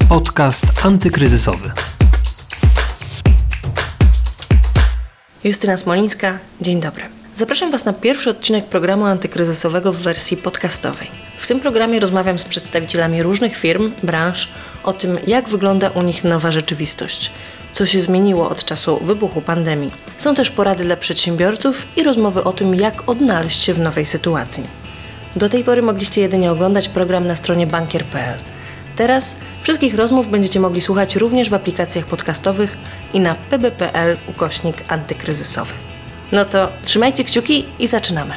Podcast antykryzysowy. Justyna Smolińska, dzień dobry. Zapraszam Was na pierwszy odcinek programu antykryzysowego w wersji podcastowej. W tym programie rozmawiam z przedstawicielami różnych firm, branż o tym, jak wygląda u nich nowa rzeczywistość, co się zmieniło od czasu wybuchu pandemii. Są też porady dla przedsiębiorców i rozmowy o tym, jak odnaleźć się w nowej sytuacji. Do tej pory mogliście jedynie oglądać program na stronie bankier.pl. Teraz wszystkich rozmów będziecie mogli słuchać również w aplikacjach podcastowych i na pb.pl/antykryzysowy. No to trzymajcie kciuki i zaczynamy.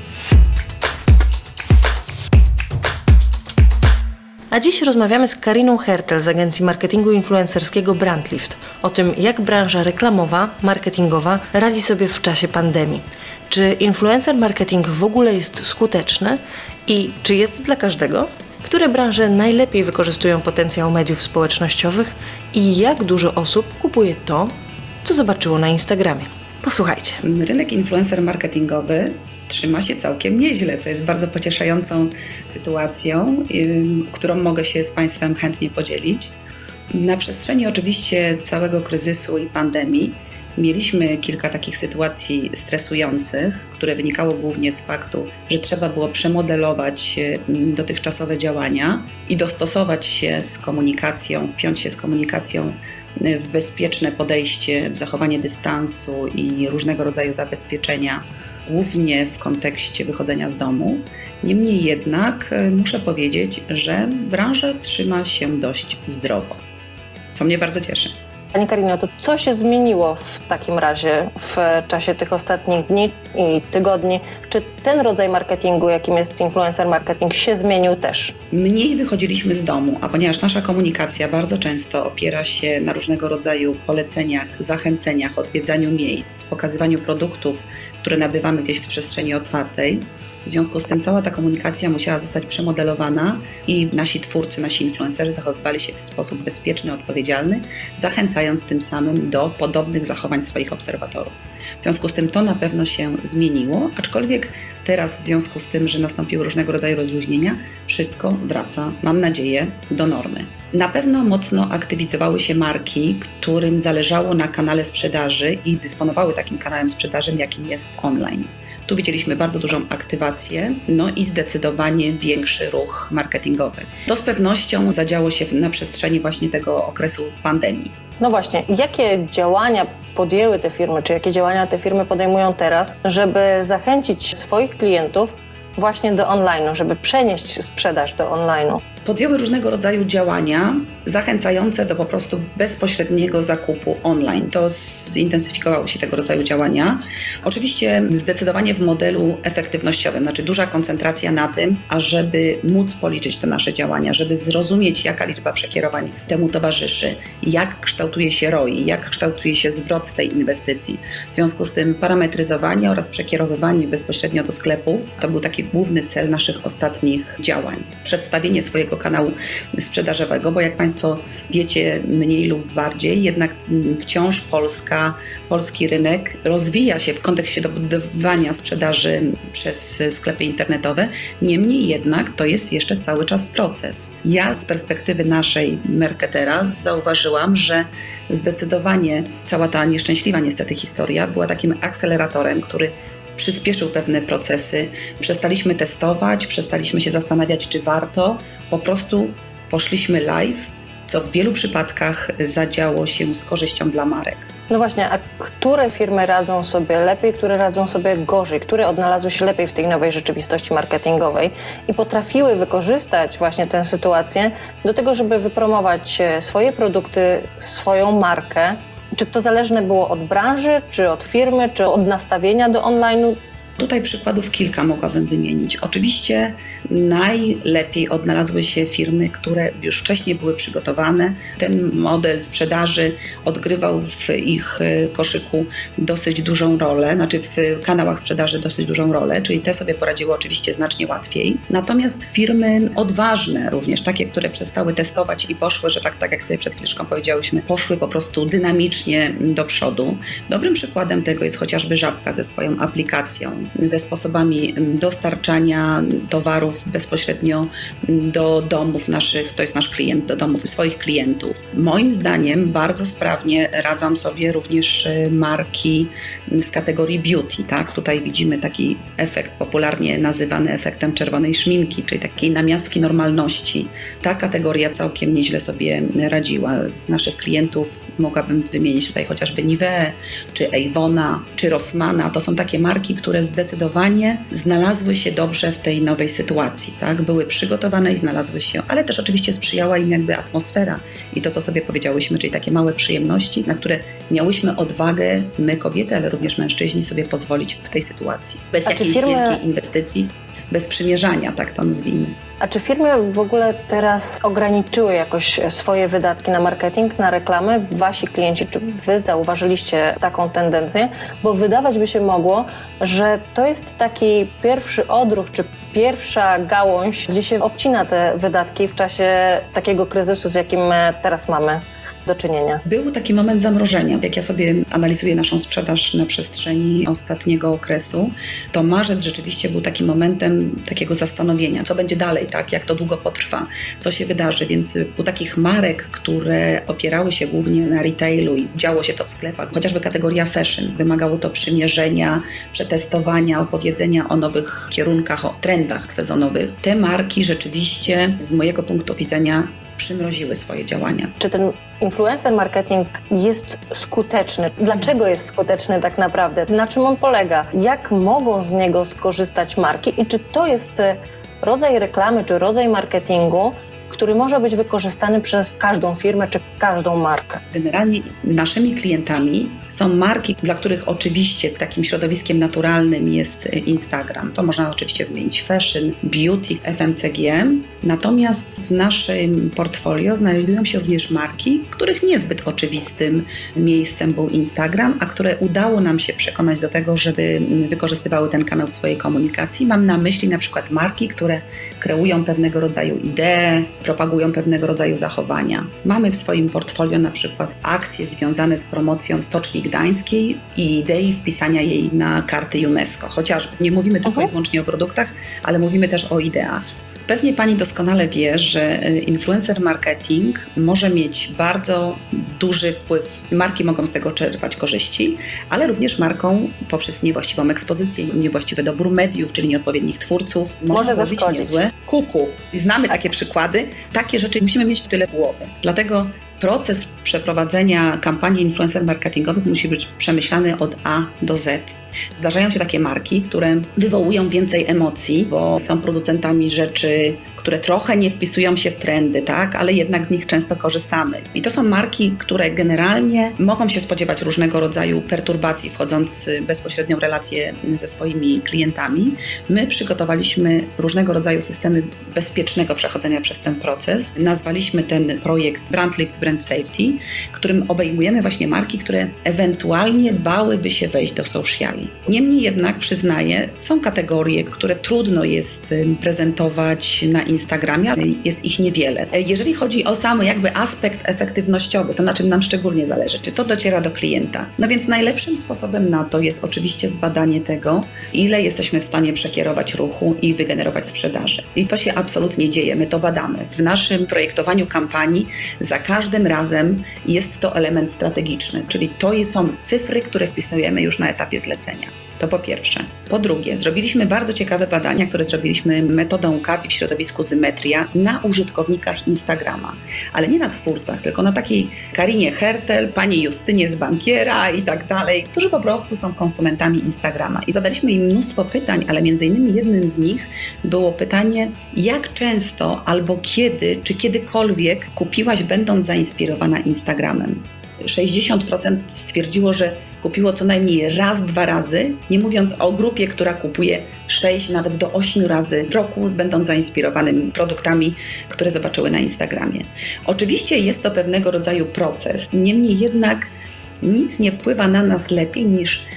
A dziś rozmawiamy z Kariną Hertel z agencji marketingu influencerskiego Brandlift o tym, jak branża reklamowa, marketingowa radzi sobie w czasie pandemii. Czy influencer marketing w ogóle jest skuteczny i czy jest dla każdego? Które branże najlepiej wykorzystują potencjał mediów społecznościowych i jak dużo osób kupuje to, co zobaczyło na Instagramie? Posłuchajcie. Rynek influencer marketingowy trzyma się całkiem nieźle, co jest bardzo pocieszającą sytuacją, którą mogę się z Państwem chętnie podzielić. Na przestrzeni oczywiście całego kryzysu i pandemii mieliśmy kilka takich sytuacji stresujących, które wynikało głównie z faktu, że trzeba było przemodelować dotychczasowe działania i dostosować się z komunikacją, wpiąć się z komunikacją w bezpieczne podejście, w zachowanie dystansu i różnego rodzaju zabezpieczenia, głównie w kontekście wychodzenia z domu. Niemniej jednak muszę powiedzieć, że branża trzyma się dość zdrowo, co mnie bardzo cieszy. Pani Karino, to co się zmieniło w takim razie w czasie tych ostatnich dni i tygodni? Czy ten rodzaj marketingu, jakim jest influencer marketing, się zmienił też? Mniej wychodziliśmy z domu, a ponieważ nasza komunikacja bardzo często opiera się na różnego rodzaju poleceniach, zachęceniach, odwiedzaniu miejsc, pokazywaniu produktów, które nabywamy gdzieś w przestrzeni otwartej, w związku z tym cała ta komunikacja musiała zostać przemodelowana i nasi twórcy, nasi influencerzy zachowywali się w sposób bezpieczny, odpowiedzialny, zachęcając tym samym do podobnych zachowań swoich obserwatorów. W związku z tym to na pewno się zmieniło, aczkolwiek teraz w związku z tym, że nastąpiły różnego rodzaju rozluźnienia, wszystko wraca, mam nadzieję, do normy. Na pewno mocno aktywizowały się marki, którym zależało na kanale sprzedaży i dysponowały takim kanałem sprzedaży, jakim jest online. Tu widzieliśmy bardzo dużą aktywację, no i zdecydowanie większy ruch marketingowy. To z pewnością zadziało się na przestrzeni właśnie tego okresu pandemii. No właśnie, jakie działania podjęły te firmy, czy jakie działania te firmy podejmują teraz, żeby zachęcić swoich klientów właśnie do online'u, żeby przenieść sprzedaż do online'u? Podjęły różnego rodzaju działania zachęcające do po prostu bezpośredniego zakupu online. To zintensyfikowały się tego rodzaju działania. Oczywiście zdecydowanie w modelu efektywnościowym, znaczy duża koncentracja na tym, ażeby móc policzyć te nasze działania, żeby zrozumieć, jaka liczba przekierowań temu towarzyszy, jak kształtuje się ROI, jak kształtuje się zwrot z tej inwestycji. W związku z tym parametryzowanie oraz przekierowywanie bezpośrednio do sklepów to był taki główny cel naszych ostatnich działań. Przedstawienie swojego kanału sprzedażowego, bo jak Państwo wiecie mniej lub bardziej, jednak wciąż polski rynek rozwija się w kontekście dobudowywania sprzedaży przez sklepy internetowe, niemniej jednak to jest jeszcze cały czas proces. Ja z perspektywy naszej marketera zauważyłam, że zdecydowanie cała ta nieszczęśliwa niestety historia była takim akceleratorem, który przyspieszył pewne procesy, przestaliśmy testować, przestaliśmy się zastanawiać, czy warto, po prostu poszliśmy live, co w wielu przypadkach zadziało się z korzyścią dla marek. No właśnie, a które firmy radzą sobie lepiej, które radzą sobie gorzej, które odnalazły się lepiej w tej nowej rzeczywistości marketingowej i potrafiły wykorzystać właśnie tę sytuację do tego, żeby wypromować swoje produkty, swoją markę? Czy to zależne było od branży, czy od firmy, czy od nastawienia do online'u? Tutaj przykładów kilka mogłabym wymienić. Oczywiście najlepiej odnalazły się firmy, które już wcześniej były przygotowane. Ten model sprzedaży odgrywał w ich koszyku dosyć dużą rolę, znaczy w kanałach sprzedaży dosyć dużą rolę, czyli te sobie poradziły oczywiście znacznie łatwiej. Natomiast firmy odważne również, takie, które przestały testować i poszły, że tak jak sobie przed chwileczką powiedziałyśmy, poszły po prostu dynamicznie do przodu. Dobrym przykładem tego jest chociażby Żabka ze swoją aplikacją. ze sposobami dostarczania towarów bezpośrednio do domów naszych, to jest nasz klient, do domów swoich klientów. Moim zdaniem bardzo sprawnie radzą sobie również marki z kategorii beauty, tak? Tutaj widzimy taki efekt popularnie nazywany efektem czerwonej szminki, czyli takiej namiastki normalności. Ta kategoria całkiem nieźle sobie radziła. Z naszych klientów mogłabym wymienić tutaj chociażby Nivea, czy Avona, czy Rossmana. To są takie marki, które zdecydowanie znalazły się dobrze w tej nowej sytuacji, tak? Były przygotowane i znalazły się, ale też oczywiście sprzyjała im jakby atmosfera i to, co sobie powiedziałyśmy, czyli takie małe przyjemności, na które miałyśmy odwagę, my kobiety, ale również mężczyźni, sobie pozwolić w tej sytuacji. Bez jakiejś wielkiej inwestycji, bez przymierzania, tak to nazwijmy. A czy firmy w ogóle teraz ograniczyły jakoś swoje wydatki na marketing, na reklamy? Wasi klienci, czy wy zauważyliście taką tendencję? Bo wydawać by się mogło, że to jest taki pierwszy odruch, czy pierwsza gałąź, gdzie się obcina te wydatki w czasie takiego kryzysu, z jakim teraz mamy do czynienia. Był taki moment zamrożenia. Jak ja sobie analizuję naszą sprzedaż na przestrzeni ostatniego okresu, to marzec rzeczywiście był takim momentem takiego zastanowienia, co będzie dalej, tak? Jak to długo potrwa, co się wydarzy. Więc u takich marek, które opierały się głównie na retailu i działo się to w sklepach, chociażby kategoria fashion, wymagało to przymierzenia, przetestowania, opowiedzenia o nowych kierunkach, o trendach sezonowych. Te marki rzeczywiście z mojego punktu widzenia przymroziły swoje działania. Czy ten influencer marketing jest skuteczny? Dlaczego jest skuteczny tak naprawdę? Na czym on polega? Jak mogą z niego skorzystać marki? I czy to jest rodzaj reklamy, czy rodzaj marketingu, który może być wykorzystany przez każdą firmę, czy każdą markę? Generalnie naszymi klientami są marki, dla których oczywiście takim środowiskiem naturalnym jest Instagram. To można oczywiście wymienić fashion, beauty, FMCG. Natomiast w naszym portfolio znajdują się również marki, których niezbyt oczywistym miejscem był Instagram, a które udało nam się przekonać do tego, żeby wykorzystywały ten kanał w swojej komunikacji. Mam na myśli na przykład marki, które kreują pewnego rodzaju idee, propagują pewnego rodzaju zachowania. Mamy w swoim portfolio na przykład akcje związane z promocją Stoczni Gdańskiej i idei wpisania jej na karty UNESCO. Chociażby nie mówimy tylko i wyłącznie o produktach, ale mówimy też o ideach. Pewnie Pani doskonale wie, że influencer marketing może mieć bardzo duży wpływ. Marki mogą z tego czerpać korzyści, ale również marką poprzez niewłaściwą ekspozycję, niewłaściwy dobór mediów, czyli nieodpowiednich twórców, może zrobić niezłe kuku. Znamy takie przykłady. Takie rzeczy musimy mieć w tyle głowy. Dlatego proces przeprowadzenia kampanii influencer marketingowych musi być przemyślany od A do Z. Zdarzają się takie marki, które wywołują więcej emocji, bo są producentami rzeczy, które trochę nie wpisują się w trendy, tak? Ale jednak z nich często korzystamy. I to są marki, które generalnie mogą się spodziewać różnego rodzaju perturbacji, wchodząc bezpośrednio w relacje ze swoimi klientami. My przygotowaliśmy różnego rodzaju systemy bezpiecznego przechodzenia przez ten proces. Nazwaliśmy ten projekt Brand Lift Brand Safety, którym obejmujemy właśnie marki, które ewentualnie bałyby się wejść do sociali. Niemniej jednak, przyznaję, są kategorie, które trudno jest prezentować na Instagramie, ale jest ich niewiele. Jeżeli chodzi o sam jakby aspekt efektywnościowy, to na czym nam szczególnie zależy, czy to dociera do klienta. No więc najlepszym sposobem na to jest oczywiście zbadanie tego, ile jesteśmy w stanie przekierować ruchu i wygenerować sprzedaży. I to się absolutnie dzieje, my to badamy. W naszym projektowaniu kampanii za każdym razem jest to element strategiczny, czyli to są cyfry, które wpisujemy już na etapie zlecenia. To po pierwsze. Po drugie, zrobiliśmy bardzo ciekawe badania, które zrobiliśmy metodą KAWI w środowisku Symetria na użytkownikach Instagrama. Ale nie na twórcach, tylko na takiej Karinie Hertel, pani Justynie z Bankiera i tak dalej, którzy po prostu są konsumentami Instagrama. I zadaliśmy im mnóstwo pytań, ale między innymi jednym z nich było pytanie, jak często albo kiedy, czy kiedykolwiek kupiłaś, będąc zainspirowana Instagramem. 60% stwierdziło, że kupiło co najmniej raz, 2 razy, nie mówiąc o grupie, która kupuje 6, nawet do 8 razy w roku, będąc zainspirowanym produktami, które zobaczyły na Instagramie. Oczywiście jest to pewnego rodzaju proces, niemniej jednak nic nie wpływa na nas lepiej niż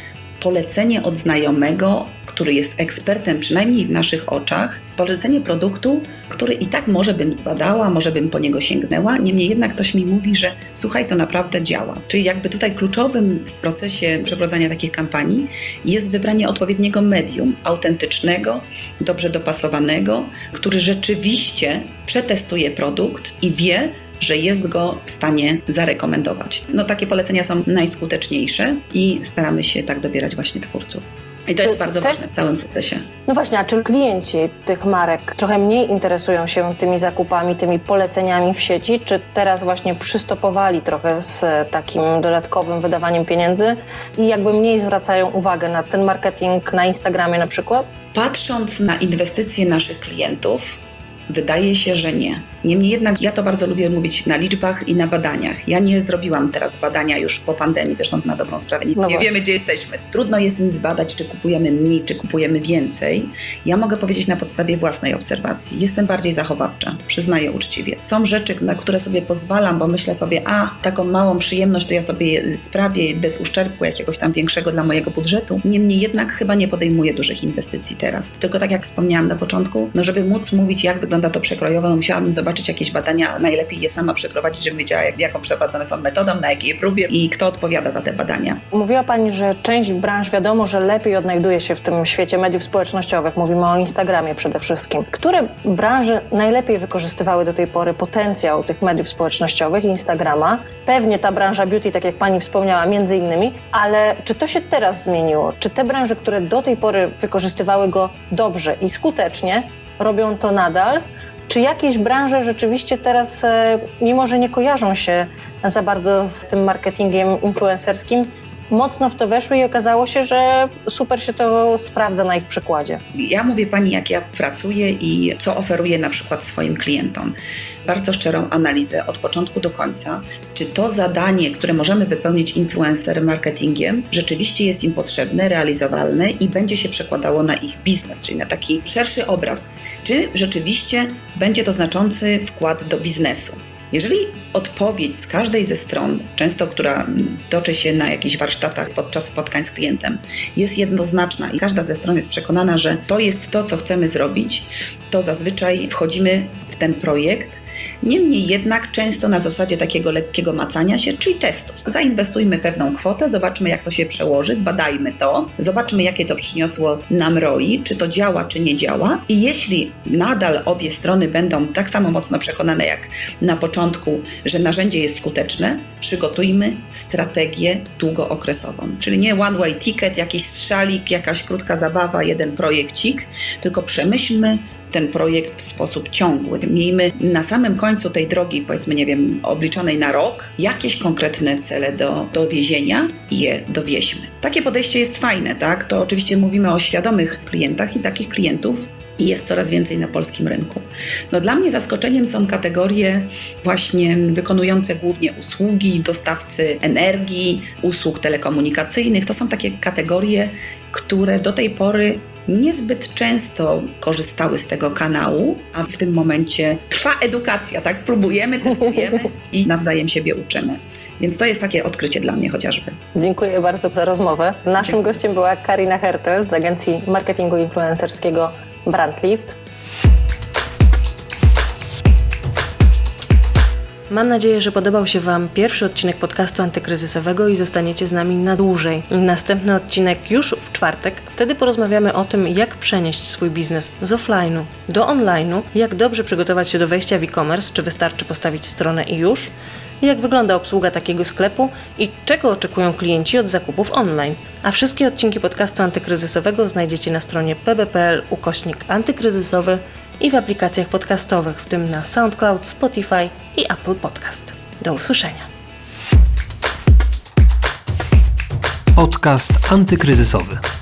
polecenie od znajomego, który jest ekspertem, przynajmniej w naszych oczach, polecenie produktu, który i tak może bym zbadała, może bym po niego sięgnęła, niemniej jednak ktoś mi mówi, że słuchaj, to naprawdę działa. Czyli jakby tutaj kluczowym w procesie przeprowadzania takich kampanii jest wybranie odpowiedniego medium, autentycznego, dobrze dopasowanego, który rzeczywiście przetestuje produkt i wie, że jest go w stanie zarekomendować. Takie polecenia są najskuteczniejsze i staramy się tak dobierać właśnie twórców. I to jest bardzo ważne w całym procesie. No właśnie, a czy klienci tych marek trochę mniej interesują się tymi zakupami, tymi poleceniami w sieci, czy teraz właśnie przystopowali trochę z takim dodatkowym wydawaniem pieniędzy i jakby mniej zwracają uwagę na ten marketing na Instagramie na przykład? Patrząc na inwestycje naszych klientów, wydaje się, że nie. Niemniej jednak ja to bardzo lubię mówić na liczbach i na badaniach. Ja nie zrobiłam teraz badania już po pandemii, zresztą na dobrą sprawę nie wiemy, gdzie jesteśmy. Trudno jest mi zbadać, czy kupujemy mniej, czy kupujemy więcej. Ja mogę powiedzieć na podstawie własnej obserwacji. Jestem bardziej zachowawcza, przyznaję uczciwie. Są rzeczy, na które sobie pozwalam, bo myślę sobie, taką małą przyjemność to ja sobie sprawię bez uszczerbku jakiegoś tam większego dla mojego budżetu. Niemniej jednak chyba nie podejmuję dużych inwestycji teraz. Tylko tak jak wspomniałam na początku, żeby móc mówić, jak wygląda to przekrojowo, musiałabym zobaczyć jakieś badania, najlepiej je sama przeprowadzić, żebym wiedziała, jaką przeprowadzone są metodą, na jakiej próbie i kto odpowiada za te badania. Mówiła Pani, że część branż wiadomo, że lepiej odnajduje się w tym świecie mediów społecznościowych. Mówimy o Instagramie przede wszystkim. Które branże najlepiej wykorzystywały do tej pory potencjał tych mediów społecznościowych i Instagrama? Pewnie ta branża beauty, tak jak Pani wspomniała, między innymi, ale czy to się teraz zmieniło? Czy te branże, które do tej pory wykorzystywały go dobrze i skutecznie, robią to nadal? Czy jakieś branże rzeczywiście teraz, mimo że nie kojarzą się za bardzo z tym marketingiem influencerskim, mocno w to weszły i okazało się, że super się to sprawdza na ich przykładzie? Ja mówię Pani, jak ja pracuję i co oferuję na przykład swoim klientom. Bardzo szczerą analizę od początku do końca, czy to zadanie, które możemy wypełnić influencer marketingiem, rzeczywiście jest im potrzebne, realizowalne i będzie się przekładało na ich biznes, czyli na taki szerszy obraz. Czy rzeczywiście będzie to znaczący wkład do biznesu? Jeżeli odpowiedź z każdej ze stron, często która toczy się na jakichś warsztatach podczas spotkań z klientem, jest jednoznaczna i każda ze stron jest przekonana, że to jest to, co chcemy zrobić, to zazwyczaj wchodzimy w ten projekt. Niemniej jednak często na zasadzie takiego lekkiego macania się, czyli testów. Zainwestujmy pewną kwotę, zobaczmy, jak to się przełoży, zbadajmy to, zobaczmy, jakie to przyniosło nam ROI, czy to działa, czy nie działa. I jeśli nadal obie strony będą tak samo mocno przekonane jak na początku, że narzędzie jest skuteczne, przygotujmy strategię długookresową. Czyli nie one way ticket, jakiś strzalik, jakaś krótka zabawa, jeden projekcik, tylko przemyślmy ten projekt w sposób ciągły. Miejmy na samym końcu tej drogi, powiedzmy, obliczonej na rok, jakieś konkretne cele do dowiezienia i je dowieźmy. Takie podejście jest fajne, tak? To oczywiście mówimy o świadomych klientach i takich klientów jest coraz więcej na polskim rynku. Dla mnie zaskoczeniem są kategorie właśnie wykonujące głównie usługi, dostawcy energii, usług telekomunikacyjnych. To są takie kategorie, które do tej pory niezbyt często korzystały z tego kanału, a w tym momencie trwa edukacja, tak? Próbujemy, testujemy i nawzajem siebie uczymy. Więc to jest takie odkrycie dla mnie chociażby. Dziękuję bardzo za rozmowę. Naszym gościem była Karina Hertel z agencji marketingu influencerskiego Brandlift. Mam nadzieję, że podobał się Wam pierwszy odcinek podcastu antykryzysowego i zostaniecie z nami na dłużej. Następny odcinek już w czwartek. Wtedy porozmawiamy o tym, jak przenieść swój biznes z offline'u do online'u, jak dobrze przygotować się do wejścia w e-commerce, czy wystarczy postawić stronę i już, jak wygląda obsługa takiego sklepu i czego oczekują klienci od zakupów online. A wszystkie odcinki podcastu antykryzysowego znajdziecie na stronie pb.pl/antykryzysowy i w aplikacjach podcastowych, w tym na SoundCloud, Spotify i Apple Podcast. Do usłyszenia. Podcast antykryzysowy.